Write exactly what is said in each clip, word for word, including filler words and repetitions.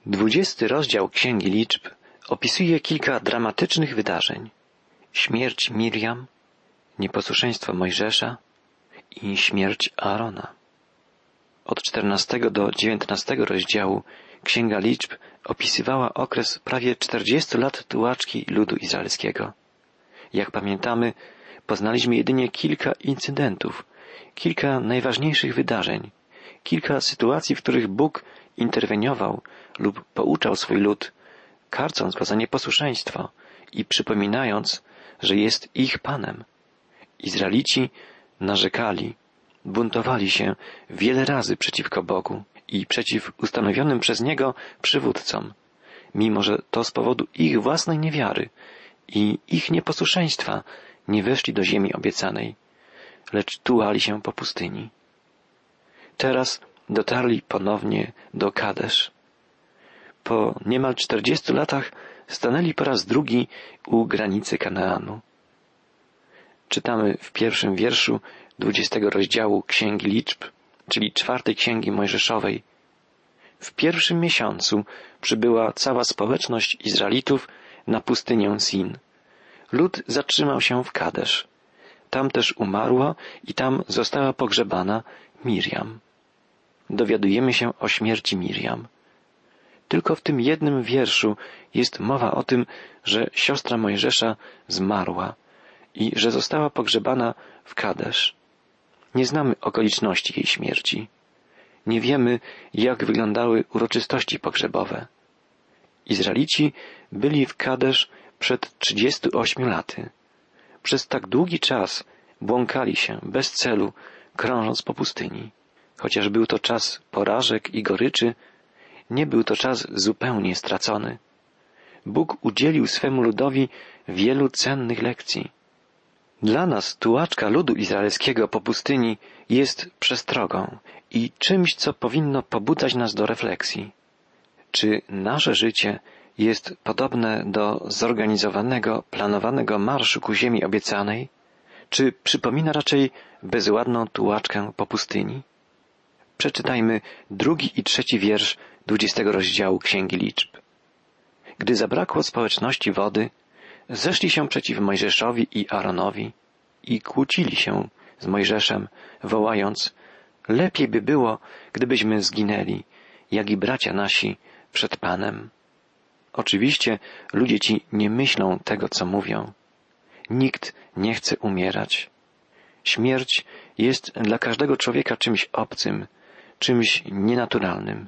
Dwudziesty rozdział Księgi Liczb opisuje kilka dramatycznych wydarzeń. Śmierć Mirjam, nieposłuszeństwo Mojżesza i śmierć Aarona. Od czternastego do dziewiętnastego rozdziału Księga Liczb opisywała okres prawie czterdziestu lat tułaczki ludu izraelskiego. Jak pamiętamy, poznaliśmy jedynie kilka incydentów, kilka najważniejszych wydarzeń, kilka sytuacji, w których Bóg interweniował lub pouczał swój lud, karcąc go za nieposłuszeństwo i przypominając, że jest ich Panem. Izraelici narzekali, buntowali się wiele razy przeciwko Bogu i przeciw ustanowionym przez Niego przywódcom, mimo że to z powodu ich własnej niewiary i ich nieposłuszeństwa nie weszli do ziemi obiecanej, lecz tułali się po pustyni. Teraz dotarli ponownie do Kadesz. Po niemal czterdziestu latach stanęli po raz drugi u granicy Kanaanu. Czytamy w pierwszym wierszu dwudziestego rozdziału Księgi Liczb, czyli czwartej Księgi Mojżeszowej. W pierwszym miesiącu przybyła cała społeczność Izraelitów na pustynię Sin. Lud zatrzymał się w Kadesz. Tam też umarła i tam została pogrzebana Mirjam. Dowiadujemy się o śmierci Mirjam. Tylko w tym jednym wierszu jest mowa o tym, że siostra Mojżesza zmarła i że została pogrzebana w Kadesz. Nie znamy okoliczności jej śmierci. Nie wiemy, jak wyglądały uroczystości pogrzebowe. Izraelici byli w Kadesz przed trzydziestu ośmiu laty. Przez tak długi czas błąkali się bez celu, krążąc po pustyni. Chociaż był to czas porażek i goryczy, nie był to czas zupełnie stracony. Bóg udzielił swemu ludowi wielu cennych lekcji. Dla nas tułaczka ludu izraelskiego po pustyni jest przestrogą i czymś, co powinno pobudzać nas do refleksji. Czy nasze życie jest podobne do zorganizowanego, planowanego marszu ku ziemi obiecanej? Czy przypomina raczej bezładną tułaczkę po pustyni? Przeczytajmy drugi i trzeci wiersz dwudziestego rozdziału Księgi Liczb. Gdy zabrakło społeczności wody, zeszli się przeciw Mojżeszowi i Aaronowi i kłócili się z Mojżeszem, wołając: lepiej by było, gdybyśmy zginęli, jak i bracia nasi przed Panem. Oczywiście ludzie ci nie myślą tego, co mówią. Nikt nie chce umierać. Śmierć jest dla każdego człowieka czymś obcym, czymś nienaturalnym.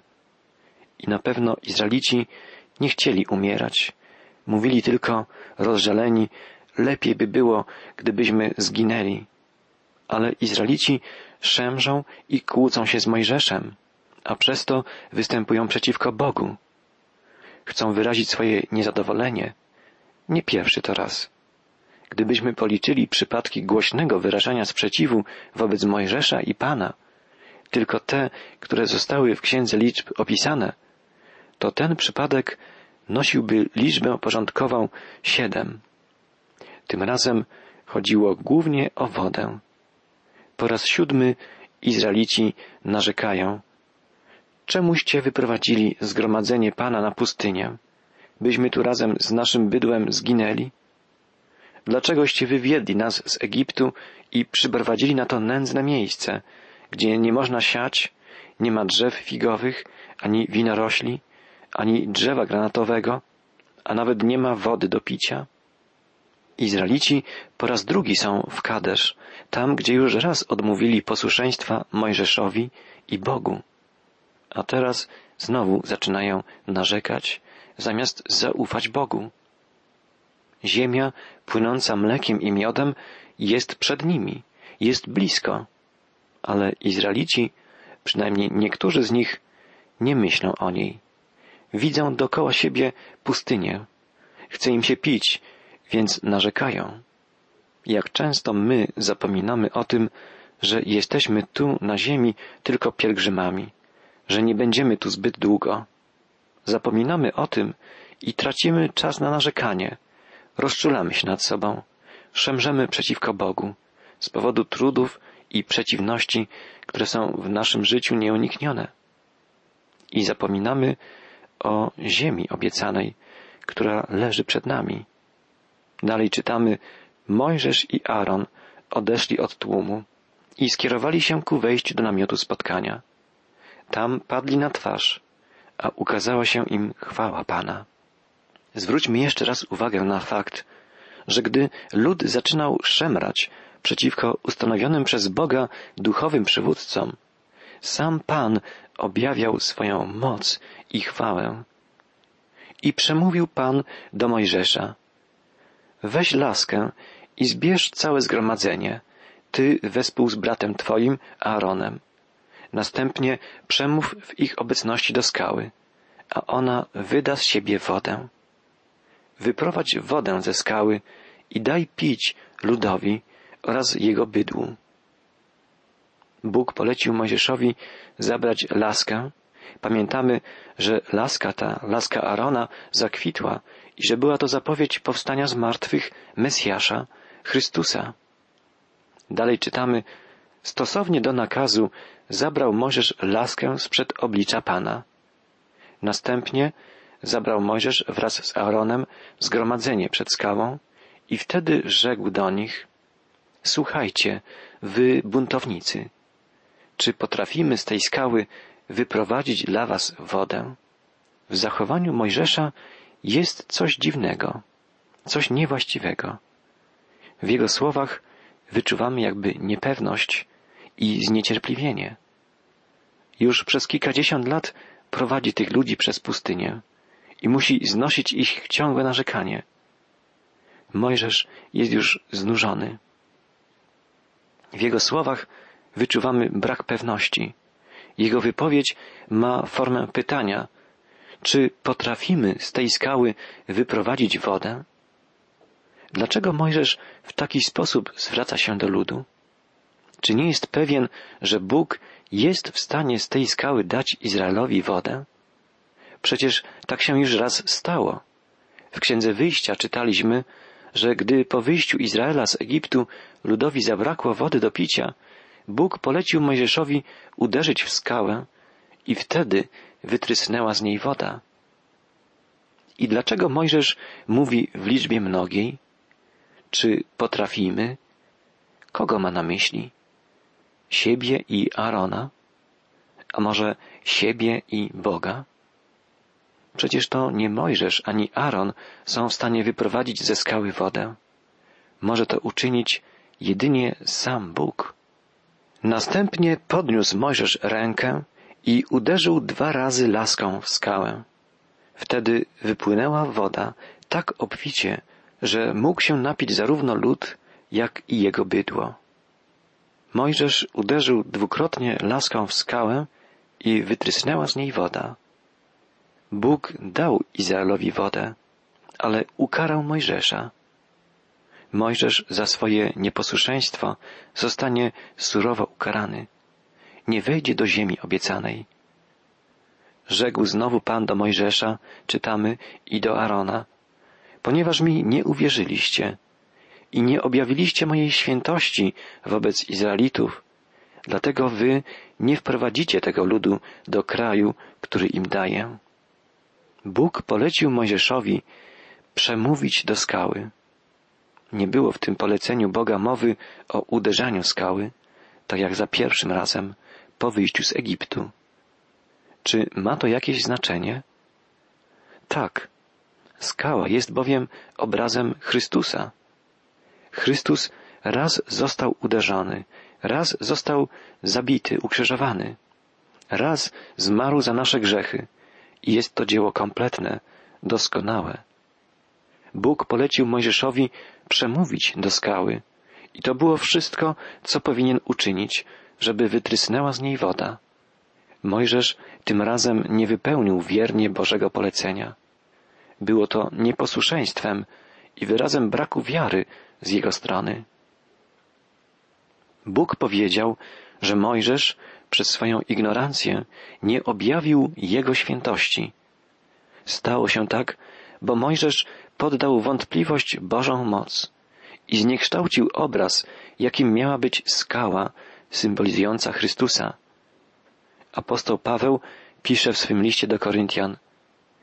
I na pewno Izraelici nie chcieli umierać. Mówili tylko, rozżaleni, lepiej by było, gdybyśmy zginęli. Ale Izraelici szemrzą i kłócą się z Mojżeszem, a przez to występują przeciwko Bogu. Chcą wyrazić swoje niezadowolenie. Nie pierwszy to raz. Gdybyśmy policzyli przypadki głośnego wyrażania sprzeciwu wobec Mojżesza i Pana, tylko te, które zostały w Księdze Liczb opisane, to ten przypadek nosiłby liczbę porządkową siedem. Tym razem chodziło głównie o wodę. Po raz siódmy Izraelici narzekają: czemuście wyprowadzili zgromadzenie Pana na pustynię, byśmy tu razem z naszym bydłem zginęli? Dlaczegoście wywiedli nas z Egiptu i przyprowadzili na to nędzne miejsce, gdzie nie można siać, nie ma drzew figowych, ani winorośli, ani drzewa granatowego, a nawet nie ma wody do picia? Izraelici po raz drugi są w Kadesz, tam, gdzie już raz odmówili posłuszeństwa Mojżeszowi i Bogu. A teraz znowu zaczynają narzekać, zamiast zaufać Bogu. Ziemia płynąca mlekiem i miodem jest przed nimi, jest blisko, ale Izraelici, przynajmniej niektórzy z nich, nie myślą o niej. Widzą dookoła siebie pustynię. Chce im się pić, więc narzekają. Jak często my zapominamy o tym, że jesteśmy tu na ziemi tylko pielgrzymami, że nie będziemy tu zbyt długo. Zapominamy o tym i tracimy czas na narzekanie. Rozczulamy się nad sobą, szemrzemy przeciwko Bogu z powodu trudów i przeciwności, które są w naszym życiu nieuniknione. I zapominamy o ziemi obiecanej, która leży przed nami. Dalej czytamy: Mojżesz i Aaron odeszli od tłumu i skierowali się ku wejściu do namiotu spotkania. Tam padli na twarz, a ukazała się im chwała Pana. Zwróćmy jeszcze raz uwagę na fakt, że gdy lud zaczynał szemrać przeciwko ustanowionym przez Boga duchowym przywódcom, sam Pan objawiał swoją moc i chwałę. I przemówił Pan do Mojżesza: weź laskę i zbierz całe zgromadzenie, ty wespół z bratem twoim Aaronem. Następnie przemów w ich obecności do skały, a ona wyda z siebie wodę. Wyprowadź wodę ze skały i daj pić ludowi oraz jego bydłu. Bóg polecił Mojżeszowi zabrać laskę. Pamiętamy, że laska ta, laska Aarona, zakwitła i że była to zapowiedź powstania z martwych Mesjasza, Chrystusa. Dalej czytamy: stosownie do nakazu zabrał Mojżesz laskę sprzed oblicza Pana. Następnie zabrał Mojżesz wraz z Aaronem zgromadzenie przed skałą i wtedy rzekł do nich: słuchajcie, wy buntownicy, czy potrafimy z tej skały wyprowadzić dla was wodę? W zachowaniu Mojżesza jest coś dziwnego, coś niewłaściwego. W jego słowach wyczuwamy jakby niepewność i zniecierpliwienie. Już przez kilkadziesiąt lat prowadzi tych ludzi przez pustynię i musi znosić ich ciągłe narzekanie. Mojżesz jest już znużony. W jego słowach wyczuwamy brak pewności. Jego wypowiedź ma formę pytania: czy potrafimy z tej skały wyprowadzić wodę? Dlaczego Mojżesz w taki sposób zwraca się do ludu? Czy nie jest pewien, że Bóg jest w stanie z tej skały dać Izraelowi wodę? Przecież tak się już raz stało. W Księdze Wyjścia czytaliśmy, że gdy po wyjściu Izraela z Egiptu ludowi zabrakło wody do picia, Bóg polecił Mojżeszowi uderzyć w skałę i wtedy wytrysnęła z niej woda. I dlaczego Mojżesz mówi w liczbie mnogiej? Czy potrafimy? Kogo ma na myśli? Siebie i Aarona? A może siebie i Boga? Przecież to nie Mojżesz ani Aaron są w stanie wyprowadzić ze skały wodę. Może to uczynić jedynie sam Bóg. Następnie podniósł Mojżesz rękę i uderzył dwa razy laską w skałę. Wtedy wypłynęła woda tak obficie, że mógł się napić zarówno lud, jak i jego bydło. Mojżesz uderzył dwukrotnie laską w skałę i wytrysnęła z niej woda. Bóg dał Izraelowi wodę, ale ukarał Mojżesza. Mojżesz za swoje nieposłuszeństwo zostanie surowo ukarany. Nie wejdzie do ziemi obiecanej. Rzekł znowu Pan do Mojżesza, czytamy, i do Aarona: ponieważ mi nie uwierzyliście i nie objawiliście mojej świętości wobec Izraelitów, dlatego wy nie wprowadzicie tego ludu do kraju, który im daję. Bóg polecił Mojżeszowi przemówić do skały. Nie było w tym poleceniu Boga mowy o uderzaniu skały, tak jak za pierwszym razem po wyjściu z Egiptu. Czy ma to jakieś znaczenie? Tak. Skała jest bowiem obrazem Chrystusa. Chrystus raz został uderzony, raz został zabity, ukrzyżowany, raz zmarł za nasze grzechy i jest to dzieło kompletne, doskonałe. Bóg polecił Mojżeszowi przemówić do skały i to było wszystko, co powinien uczynić, żeby wytrysnęła z niej woda. Mojżesz tym razem nie wypełnił wiernie Bożego polecenia. Było to nieposłuszeństwem i wyrazem braku wiary z jego strony. Bóg powiedział, że Mojżesz przez swoją ignorancję nie objawił Jego świętości. Stało się tak, bo Mojżesz poddał wątpliwość Bożą moc i zniekształcił obraz, jakim miała być skała symbolizująca Chrystusa. Apostoł Paweł pisze w swym liście do Koryntian: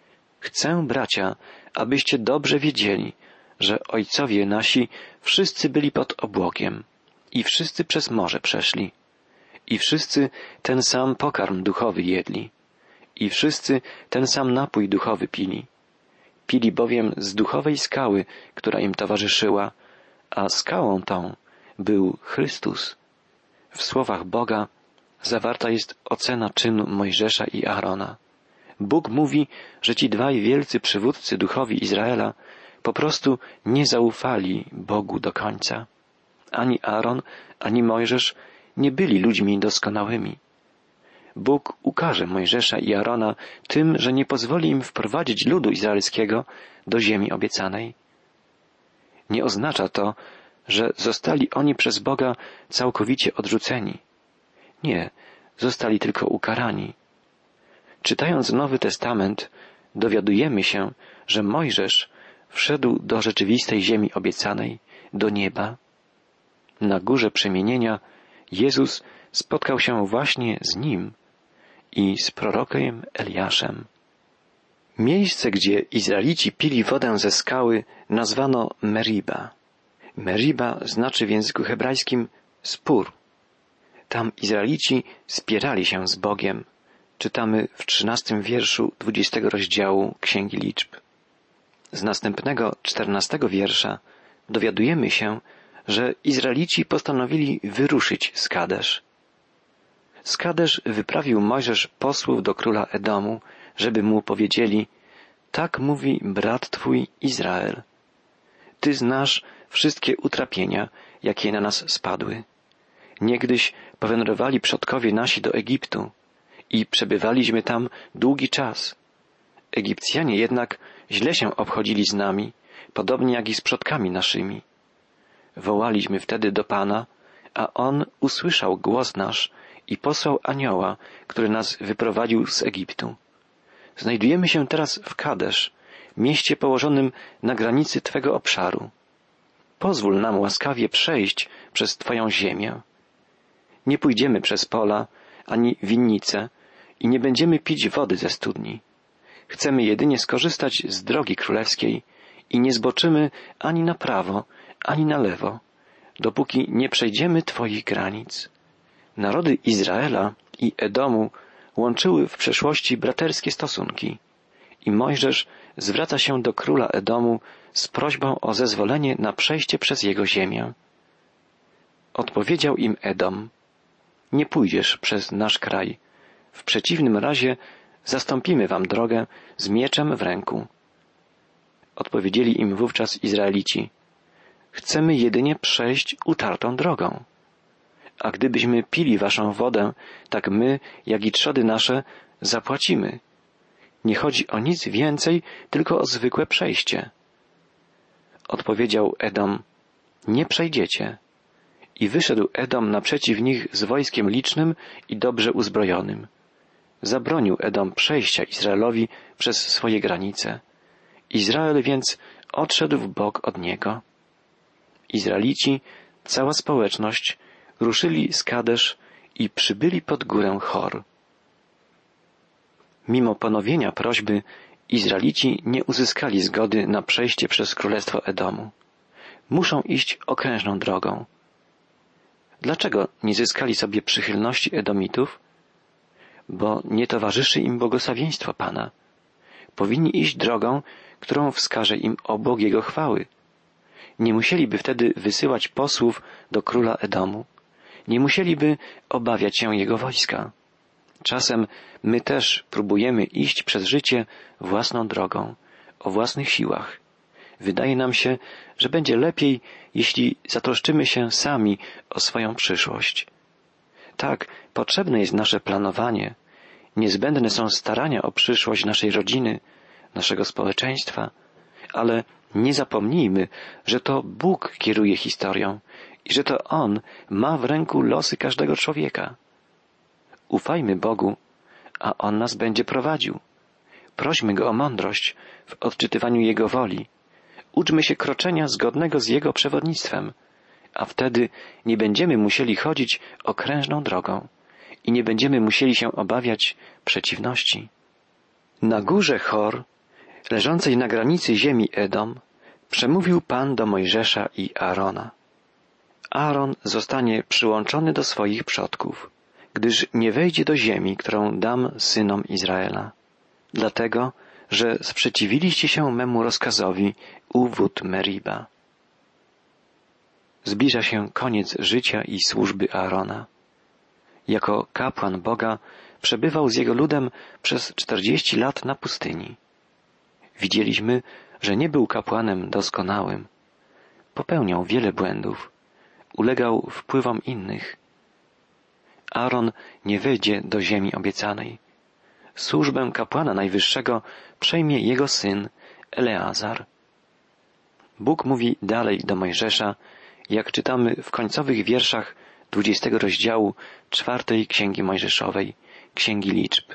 Chcę, bracia, abyście dobrze wiedzieli, że ojcowie nasi wszyscy byli pod obłokiem i wszyscy przez morze przeszli i wszyscy ten sam pokarm duchowy jedli i wszyscy ten sam napój duchowy pili. Pili bowiem z duchowej skały, która im towarzyszyła, a skałą tą był Chrystus. W słowach Boga zawarta jest ocena czynu Mojżesza i Aarona. Bóg mówi, że ci dwaj wielcy przywódcy duchowi Izraela po prostu nie zaufali Bogu do końca. Ani Aaron, ani Mojżesz nie byli ludźmi doskonałymi. Bóg ukarze Mojżesza i Aarona tym, że nie pozwoli im wprowadzić ludu izraelskiego do ziemi obiecanej. Nie oznacza to, że zostali oni przez Boga całkowicie odrzuceni. Nie, zostali tylko ukarani. Czytając Nowy Testament, dowiadujemy się, że Mojżesz wszedł do rzeczywistej ziemi obiecanej, do nieba. Na górze przemienienia Jezus spotkał się właśnie z nim i z prorokiem Eliaszem. Miejsce, gdzie Izraelici pili wodę ze skały, nazwano Meriba. Meriba znaczy w języku hebrajskim spór. Tam Izraelici spierali się z Bogiem. Czytamy w trzynastym wierszu dwudziestego rozdziału Księgi Liczb. Z następnego czternastego wiersza dowiadujemy się, że Izraelici postanowili wyruszyć z Kadesz. Z Kadesz wyprawił Mojżesz posłów do króla Edomu, żeby mu powiedzieli: tak mówi brat twój Izrael. Ty znasz wszystkie utrapienia, jakie na nas spadły. Niegdyś powędrowali przodkowie nasi do Egiptu i przebywaliśmy tam długi czas. Egipcjanie jednak źle się obchodzili z nami, podobnie jak i z przodkami naszymi. Wołaliśmy wtedy do Pana, a On usłyszał głos nasz i posłał anioła, który nas wyprowadził z Egiptu. Znajdujemy się teraz w Kadesz, mieście położonym na granicy Twego obszaru. Pozwól nam łaskawie przejść przez Twoją ziemię. Nie pójdziemy przez pola, ani winnice i nie będziemy pić wody ze studni. Chcemy jedynie skorzystać z drogi królewskiej i nie zboczymy ani na prawo, ani na lewo, dopóki nie przejdziemy Twoich granic. Narody Izraela i Edomu łączyły w przeszłości braterskie stosunki i Mojżesz zwraca się do króla Edomu z prośbą o zezwolenie na przejście przez jego ziemię. Odpowiedział im Edom: nie pójdziesz przez nasz kraj. W przeciwnym razie zastąpimy wam drogę z mieczem w ręku. Odpowiedzieli im wówczas Izraelici: chcemy jedynie przejść utartą drogą. A gdybyśmy pili waszą wodę, tak my, jak i trzody nasze, zapłacimy. Nie chodzi o nic więcej, tylko o zwykłe przejście. Odpowiedział Edom: nie przejdziecie. I wyszedł Edom naprzeciw nich z wojskiem licznym i dobrze uzbrojonym. Zabronił Edom przejścia Izraelowi przez swoje granice. Izrael więc odszedł w bok od niego. Izraelici, cała społeczność, ruszyli z Kadesz i przybyli pod górę Hor. Mimo ponowienia prośby, Izraelici nie uzyskali zgody na przejście przez królestwo Edomu. Muszą iść okrężną drogą. Dlaczego nie zyskali sobie przychylności Edomitów? Bo nie towarzyszy im błogosławieństwo Pana. Powinni iść drogą, którą wskaże im obłok Jego chwały. Nie musieliby wtedy wysyłać posłów do króla Edomu. Nie musieliby obawiać się jego wojska. Czasem my też próbujemy iść przez życie własną drogą, o własnych siłach. Wydaje nam się, że będzie lepiej, jeśli zatroszczymy się sami o swoją przyszłość. Tak, potrzebne jest nasze planowanie, niezbędne są starania o przyszłość naszej rodziny, naszego społeczeństwa, ale nie zapomnijmy, że to Bóg kieruje historią i że to On ma w ręku losy każdego człowieka. Ufajmy Bogu, a On nas będzie prowadził. Prośmy Go o mądrość w odczytywaniu Jego woli. Uczmy się kroczenia zgodnego z Jego przewodnictwem, a wtedy nie będziemy musieli chodzić okrężną drogą i nie będziemy musieli się obawiać przeciwności. Na górze Hor leżącej na granicy ziemi Edom, przemówił Pan do Mojżesza i Aarona. Aaron zostanie przyłączony do swoich przodków, gdyż nie wejdzie do ziemi, którą dam synom Izraela, dlatego, że sprzeciwiliście się memu rozkazowi u wód Meriba. Zbliża się koniec życia i służby Aarona. Jako kapłan Boga przebywał z jego ludem przez czterdzieści lat na pustyni. Widzieliśmy, że nie był kapłanem doskonałym. Popełniał wiele błędów. Ulegał wpływom innych. Aaron nie wejdzie do ziemi obiecanej. Służbę kapłana najwyższego przejmie jego syn Eleazar. Bóg mówi dalej do Mojżesza, jak czytamy w końcowych wierszach dwudziestego rozdziału czwartej Księgi Mojżeszowej, Księgi Liczb.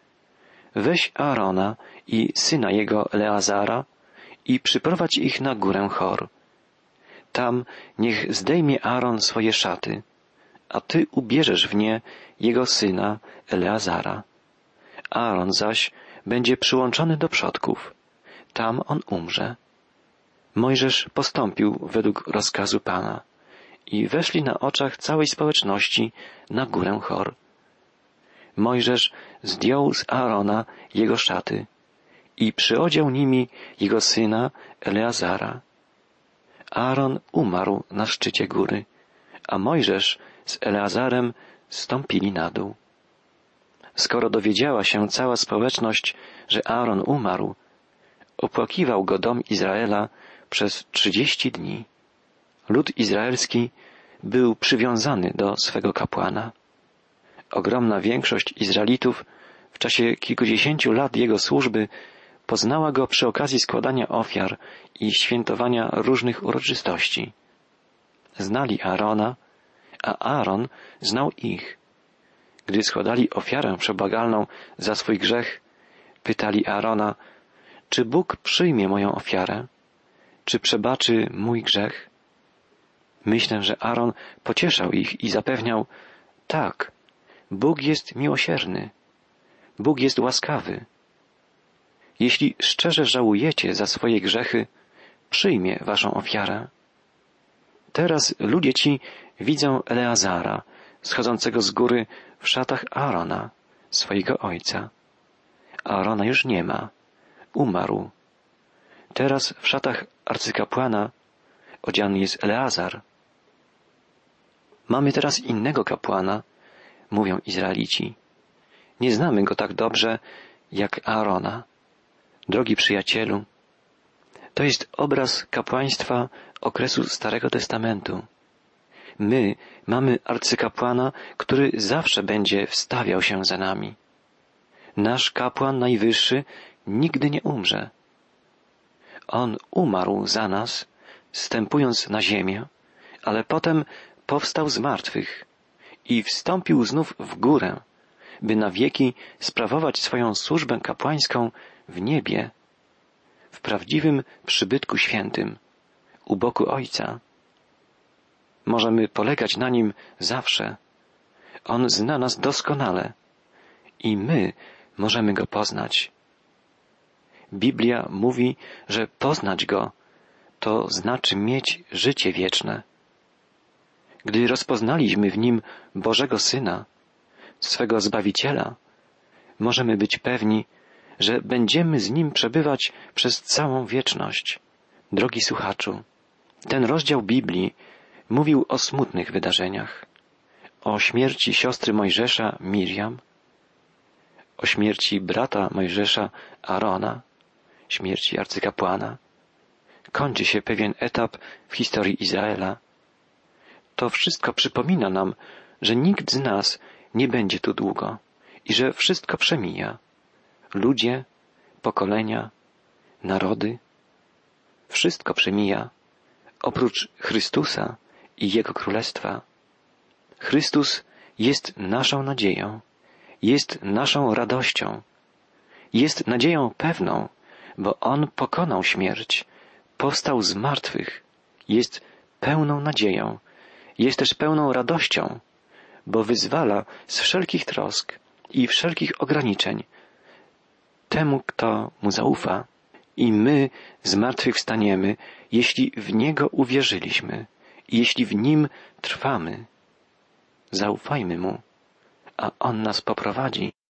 Weź Aarona i syna jego Eleazara i przyprowadź ich na górę Hor. Tam niech zdejmie Aaron swoje szaty, a ty ubierzesz w nie jego syna Eleazara. Aaron zaś będzie przyłączony do przodków. Tam on umrze. Mojżesz postąpił według rozkazu Pana i weszli na oczach całej społeczności na górę Hor. Mojżesz zdjął z Aarona jego szaty i przyodział nimi jego syna Eleazara. Aaron umarł na szczycie góry, a Mojżesz z Eleazarem zstąpili na dół. Skoro dowiedziała się cała społeczność, że Aaron umarł, opłakiwał go dom Izraela przez trzydzieści dni. Lud izraelski był przywiązany do swego kapłana. Ogromna większość Izraelitów w czasie kilkudziesięciu lat jego służby poznała go przy okazji składania ofiar i świętowania różnych uroczystości. Znali Aarona, a Aaron znał ich. Gdy składali ofiarę przebłagalną za swój grzech, pytali Aarona, czy Bóg przyjmie moją ofiarę? Czy przebaczy mój grzech? Myślę, że Aaron pocieszał ich i zapewniał, tak, Bóg jest miłosierny, Bóg jest łaskawy. Jeśli szczerze żałujecie za swoje grzechy, przyjmie waszą ofiarę. Teraz ludzie ci widzą Eleazara, schodzącego z góry w szatach Aarona, swojego ojca. Aarona już nie ma. Umarł. Teraz w szatach arcykapłana odziany jest Eleazar. Mamy teraz innego kapłana, mówią Izraelici. Nie znamy go tak dobrze jak Aarona. Drogi przyjacielu, to jest obraz kapłaństwa okresu Starego Testamentu. My mamy arcykapłana, który zawsze będzie wstawiał się za nami. Nasz kapłan najwyższy nigdy nie umrze. On umarł za nas, zstępując na ziemię, ale potem powstał z martwych i wstąpił znów w górę, by na wieki sprawować swoją służbę kapłańską w niebie, w prawdziwym przybytku świętym, u boku Ojca. Możemy polegać na Nim zawsze. On zna nas doskonale i my możemy Go poznać. Biblia mówi, że poznać Go to znaczy mieć życie wieczne. Gdy rozpoznaliśmy w Nim Bożego Syna, swego Zbawiciela, możemy być pewni, że będziemy z Nim przebywać przez całą wieczność. Drogi słuchaczu, ten rozdział Biblii mówił o smutnych wydarzeniach. O śmierci siostry Mojżesza Mirjam, o śmierci brata Mojżesza Aarona, śmierci arcykapłana. Kończy się pewien etap w historii Izraela. To wszystko przypomina nam, że nikt z nas nie będzie tu długo i że wszystko przemija. Ludzie, pokolenia, narody. Wszystko przemija, oprócz Chrystusa i Jego Królestwa. Chrystus jest naszą nadzieją, jest naszą radością, jest nadzieją pewną, bo On pokonał śmierć, powstał z martwych, jest pełną nadzieją, jest też pełną radością, bo wyzwala z wszelkich trosk i wszelkich ograniczeń temu, kto Mu zaufa. i my zmartwychwstaniemy, jeśli w Niego uwierzyliśmy i jeśli w Nim trwamy. Zaufajmy Mu, a On nas poprowadzi.